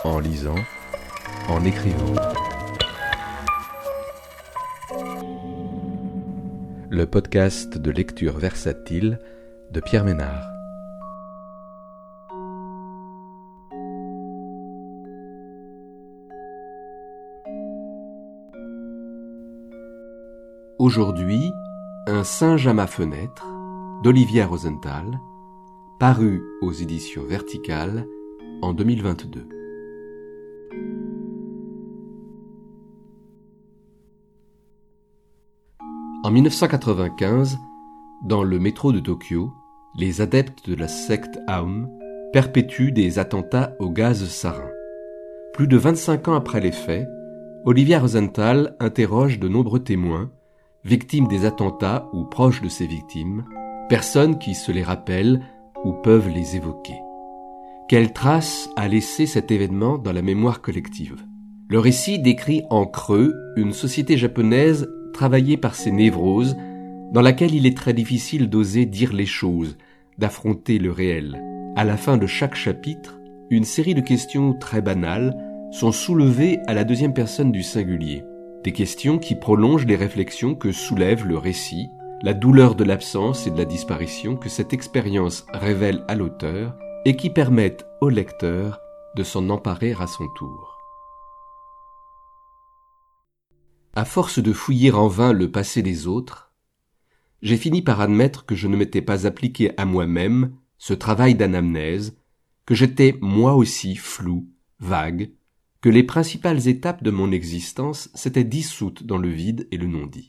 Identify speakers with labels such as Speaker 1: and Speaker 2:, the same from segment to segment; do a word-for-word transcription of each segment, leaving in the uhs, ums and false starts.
Speaker 1: en lisant, en écrivant. Le podcast de lecture versatile de Pierre Ménard. Aujourd'hui, Un singe à ma fenêtre d'Olivia Rosenthal, paru aux éditions Verticales en deux mille vingt-deux. En mille neuf cent quatre-vingt-quinze, dans le métro de Tokyo, les adeptes de la secte Aum perpétuent des attentats au gaz sarin. Plus de vingt-cinq ans après les faits, Olivia Rosenthal interroge de nombreux témoins, victimes des attentats ou proches de ces victimes, personnes qui se les rappellent ou peuvent les évoquer. Quelle trace a laissé cet événement dans la mémoire collective ? Le récit décrit en creux une société japonaise travaillée par ses névroses, dans laquelle il est très difficile d'oser dire les choses, d'affronter le réel. À la fin de chaque chapitre, une série de questions très banales sont soulevées à la deuxième personne du singulier. Des questions qui prolongent les réflexions que soulève le récit, la douleur de l'absence et de la disparition que cette expérience révèle à l'auteur et qui permettent au lecteur de s'en emparer à son tour. À force de fouiller en vain le passé des autres, j'ai fini par admettre que je ne m'étais pas appliqué à moi-même ce travail d'anamnèse, que j'étais moi aussi flou, vague, que les principales étapes de mon existence s'étaient dissoutes dans le vide et le non-dit.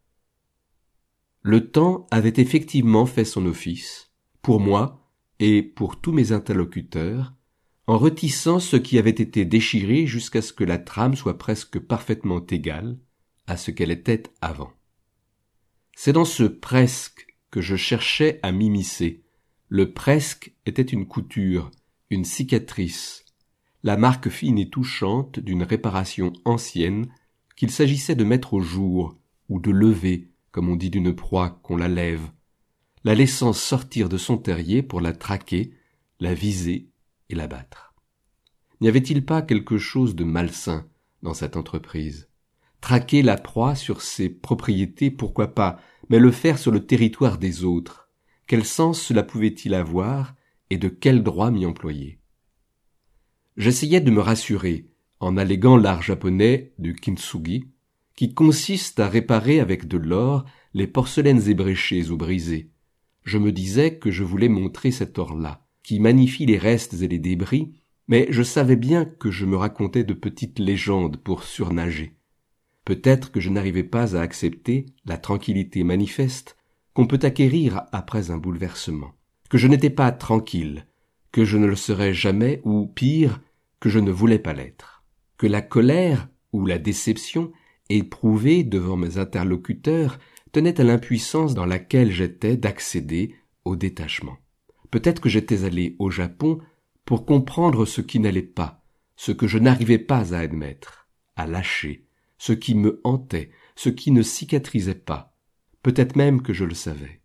Speaker 1: Le temps avait effectivement fait son office, pour moi et pour tous mes interlocuteurs, en retissant ce qui avait été déchiré jusqu'à ce que la trame soit presque parfaitement égale à ce qu'elle était avant. C'est dans ce presque que je cherchais à m'immiscer. Le presque était une couture, une cicatrice, la marque fine et touchante d'une réparation ancienne qu'il s'agissait de mettre au jour ou de lever, comme on dit d'une proie qu'on la lève, la laissant sortir de son terrier pour la traquer, la viser et la battre. N'y avait-il pas quelque chose de malsain dans cette entreprise ? Traquer la proie sur ses propriétés, pourquoi pas, mais le faire sur le territoire des autres. Quel sens cela pouvait-il avoir et de quel droit m'y employer ? J'essayais de me rassurer en alléguant l'art japonais du kintsugi, qui consiste à réparer avec de l'or les porcelaines ébréchées ou brisées. Je me disais que je voulais montrer cet or-là, qui magnifie les restes et les débris, mais je savais bien que je me racontais de petites légendes pour surnager. Peut-être que je n'arrivais pas à accepter la tranquillité manifeste qu'on peut acquérir après un bouleversement, que je n'étais pas tranquille, que je ne le serais jamais, ou pire, que je ne voulais pas l'être, que la colère ou la déception éprouvée devant mes interlocuteurs tenait à l'impuissance dans laquelle j'étais d'accéder au détachement. Peut-être que j'étais allé au Japon pour comprendre ce qui n'allait pas, ce que je n'arrivais pas à admettre, à lâcher, ce qui me hantait, ce qui ne cicatrisait pas. Peut-être même que je le savais.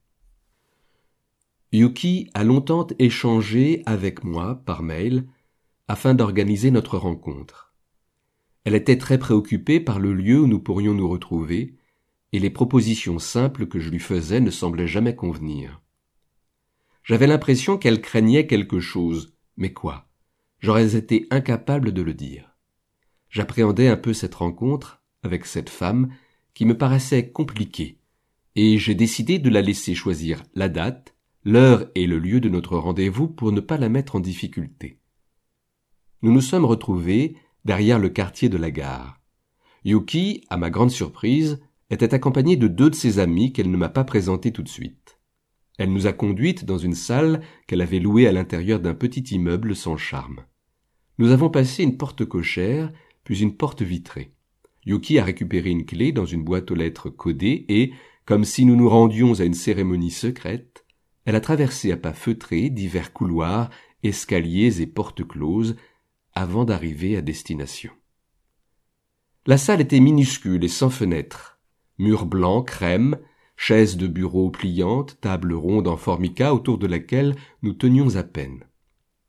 Speaker 1: Yuki a longtemps échangé avec moi par mail afin d'organiser notre rencontre. Elle était très préoccupée par le lieu où nous pourrions nous retrouver, et les propositions simples que je lui faisais ne semblaient jamais convenir. J'avais l'impression qu'elle craignait quelque chose, mais quoi ? J'aurais été incapable de le dire. J'appréhendais un peu cette rencontre avec cette femme qui me paraissait compliquée, et j'ai décidé de la laisser choisir la date, l'heure et le lieu de notre rendez-vous pour ne pas la mettre en difficulté. Nous nous sommes retrouvés derrière le quartier de la gare. Yuki, à ma grande surprise, était accompagnée de deux de ses amis qu'elle ne m'a pas présentés tout de suite. Elle nous a conduites dans une salle qu'elle avait louée à l'intérieur d'un petit immeuble sans charme. Nous avons passé une porte cochère, puis une porte vitrée. Yuki a récupéré une clé dans une boîte aux lettres codée et, comme si nous nous rendions à une cérémonie secrète, elle a traversé à pas feutrés divers couloirs, escaliers et portes closes, avant d'arriver à destination. La salle était minuscule et sans fenêtre. Murs blancs crème, chaises de bureau pliantes, table ronde en formica autour de laquelle nous tenions à peine.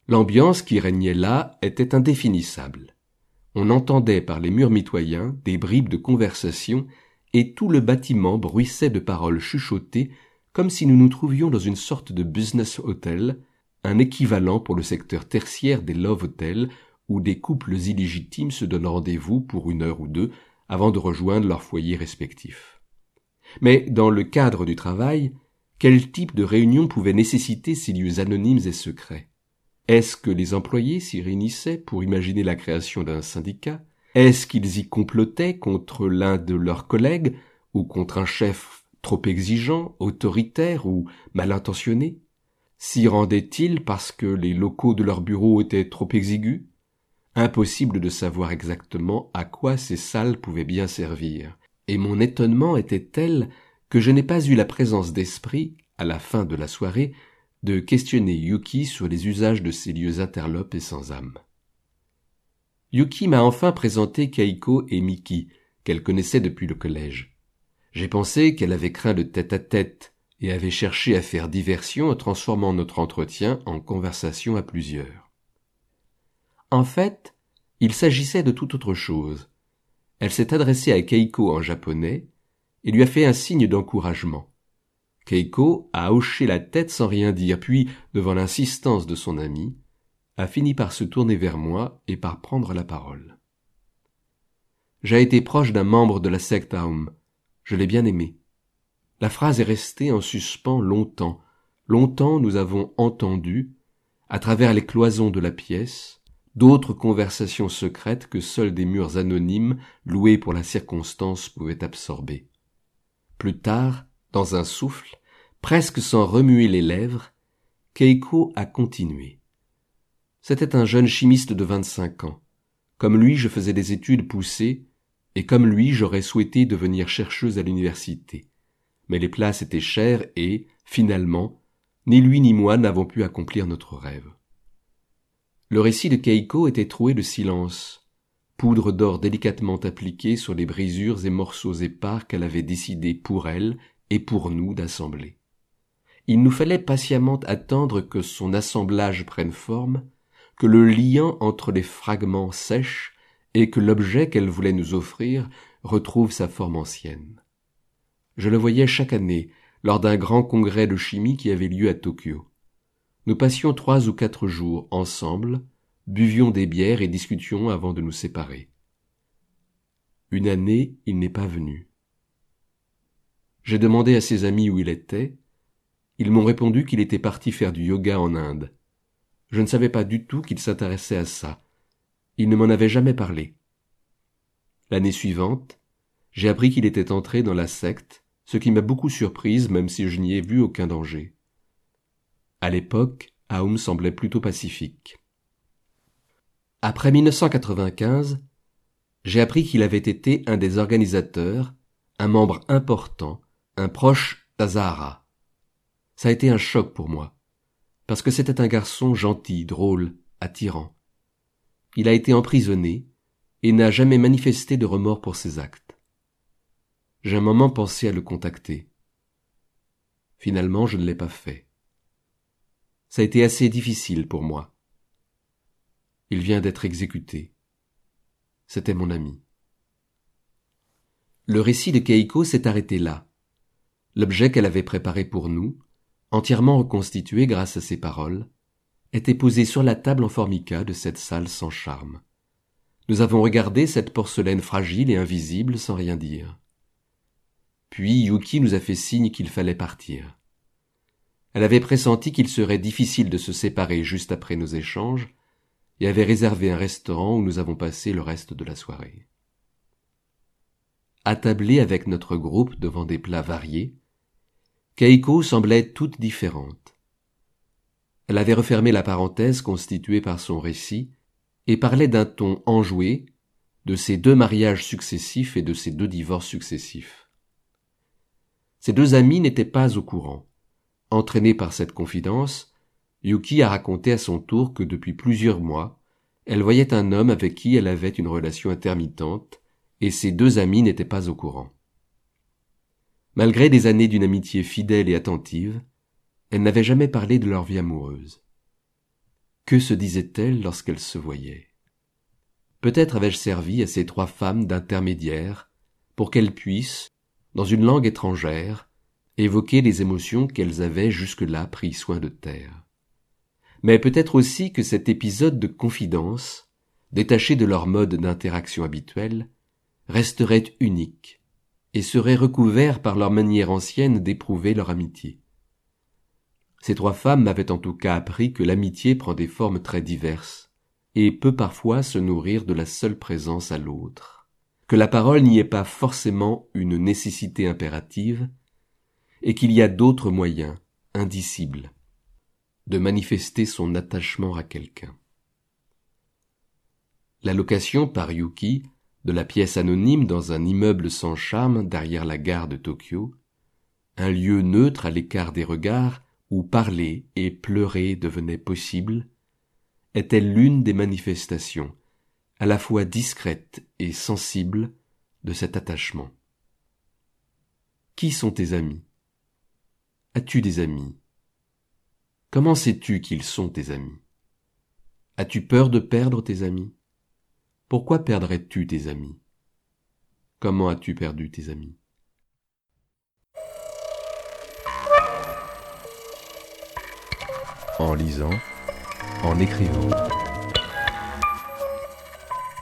Speaker 1: L'ambiance qui régnait là était indéfinissable. On entendait par les murs mitoyens des bribes de conversation et tout le bâtiment bruissait de paroles chuchotées comme si nous nous trouvions dans une sorte de business hotel, un équivalent pour le secteur tertiaire des love hotels où des couples illégitimes se donnent rendez-vous pour une heure ou deux avant de rejoindre leurs foyers respectifs. Mais dans le cadre du travail, quel type de réunion pouvait nécessiter ces lieux anonymes et secrets? Est-ce que les employés s'y réunissaient pour imaginer la création d'un syndicat? Est-ce qu'ils y complotaient contre l'un de leurs collègues ou contre un chef trop exigeant, autoritaire ou mal intentionné? S'y rendaient-ils parce que les locaux de leur bureau étaient trop exigus? Impossible de savoir exactement à quoi ces salles pouvaient bien servir, et mon étonnement était tel que je n'ai pas eu la présence d'esprit, à la fin de la soirée, de questionner Yuki sur les usages de ces lieux interlopes et sans âme. Yuki m'a enfin présenté Keiko et Miki, qu'elle connaissait depuis le collège. J'ai pensé qu'elle avait craint le tête-à-tête et avait cherché à faire diversion en transformant notre entretien en conversation à plusieurs. En fait, il s'agissait de toute autre chose. Elle s'est adressée à Keiko en japonais et lui a fait un signe d'encouragement. Keiko a hoché la tête sans rien dire, puis, devant l'insistance de son amie, a fini par se tourner vers moi et par prendre la parole. J'ai été proche d'un membre de la secte Aum. Je l'ai bien aimé. La phrase est restée en suspens longtemps. Longtemps nous avons entendu, à travers les cloisons de la pièce, d'autres conversations secrètes que seuls des murs anonymes loués pour la circonstance pouvaient absorber. Plus tard, dans un souffle, presque sans remuer les lèvres, Keiko a continué. C'était un jeune chimiste de vingt-cinq ans. Comme lui, je faisais des études poussées, et comme lui, j'aurais souhaité devenir chercheuse à l'université. Mais les places étaient chères et, finalement, ni lui ni moi n'avons pu accomplir notre rêve. Le récit de Keiko était troué de silence, poudre d'or délicatement appliquée sur les brisures et morceaux épars qu'elle avait décidé pour elle et pour nous d'assembler. Il nous fallait patiemment attendre que son assemblage prenne forme, que le liant entre les fragments sèche et que l'objet qu'elle voulait nous offrir retrouve sa forme ancienne. Je le voyais chaque année lors d'un grand congrès de chimie qui avait lieu à Tokyo. Nous passions trois ou quatre jours ensemble, buvions des bières et discutions avant de nous séparer. Une année, il n'est pas venu. J'ai demandé à ses amis où il était. Ils m'ont répondu qu'il était parti faire du yoga en Inde. Je ne savais pas du tout qu'il s'intéressait à ça. Il ne m'en avait jamais parlé. L'année suivante, j'ai appris qu'il était entré dans la secte, ce qui m'a beaucoup surprise même si je n'y ai vu aucun danger. À l'époque, Aum semblait plutôt pacifique. Après mille neuf cent quatre-vingt-quinze, j'ai appris qu'il avait été un des organisateurs, un membre important, un proche d'Azahara. Ça a été un choc pour moi, parce que c'était un garçon gentil, drôle, attirant. Il a été emprisonné et n'a jamais manifesté de remords pour ses actes. J'ai un moment pensé à le contacter. Finalement, je ne l'ai pas fait. Ça a été assez difficile pour moi. Il vient d'être exécuté. C'était mon ami. Le récit de Keiko s'est arrêté là. L'objet qu'elle avait préparé pour nous, entièrement reconstitué grâce à ses paroles, était posé sur la table en formica de cette salle sans charme. Nous avons regardé cette porcelaine fragile et invisible sans rien dire. Puis Yuki nous a fait signe qu'il fallait partir. Elle avait pressenti qu'il serait difficile de se séparer juste après nos échanges et avait réservé un restaurant où nous avons passé le reste de la soirée. Attablée avec notre groupe devant des plats variés, Keiko semblait toute différente. Elle avait refermé la parenthèse constituée par son récit et parlait d'un ton enjoué de ses deux mariages successifs et de ses deux divorces successifs. Ses deux amis n'étaient pas au courant. Entraînée par cette confidence, Yuki a raconté à son tour que depuis plusieurs mois, elle voyait un homme avec qui elle avait une relation intermittente et ses deux amis n'étaient pas au courant. Malgré des années d'une amitié fidèle et attentive, elle n'avait jamais parlé de leur vie amoureuse. Que se disait-elle lorsqu'elles se voyaient? Peut-être avais-je servi à ces trois femmes d'intermédiaire pour qu'elles puissent, dans une langue étrangère, évoquer les émotions qu'elles avaient jusque-là pris soin de taire. Mais peut-être aussi que cet épisode de confidence, détaché de leur mode d'interaction habituel, resterait unique et serait recouvert par leur manière ancienne d'éprouver leur amitié. Ces trois femmes m'avaient en tout cas appris que l'amitié prend des formes très diverses et peut parfois se nourrir de la seule présence à l'autre, que la parole n'y est pas forcément une nécessité impérative et qu'il y a d'autres moyens, indicibles, de manifester son attachement à quelqu'un. La location par Yuki de la pièce anonyme dans un immeuble sans charme derrière la gare de Tokyo, un lieu neutre à l'écart des regards où parler et pleurer devenait possible, était l'une des manifestations, à la fois discrètes et sensibles, de cet attachement. Qui sont tes amis? As-tu des amis? Comment sais-tu qu'ils sont tes amis? As-tu peur de perdre tes amis? Pourquoi perdrais-tu tes amis? Comment as-tu perdu tes amis? En lisant, en écrivant.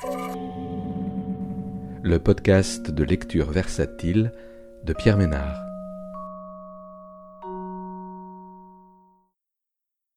Speaker 1: Le podcast de lecture versatile de Pierre Ménard.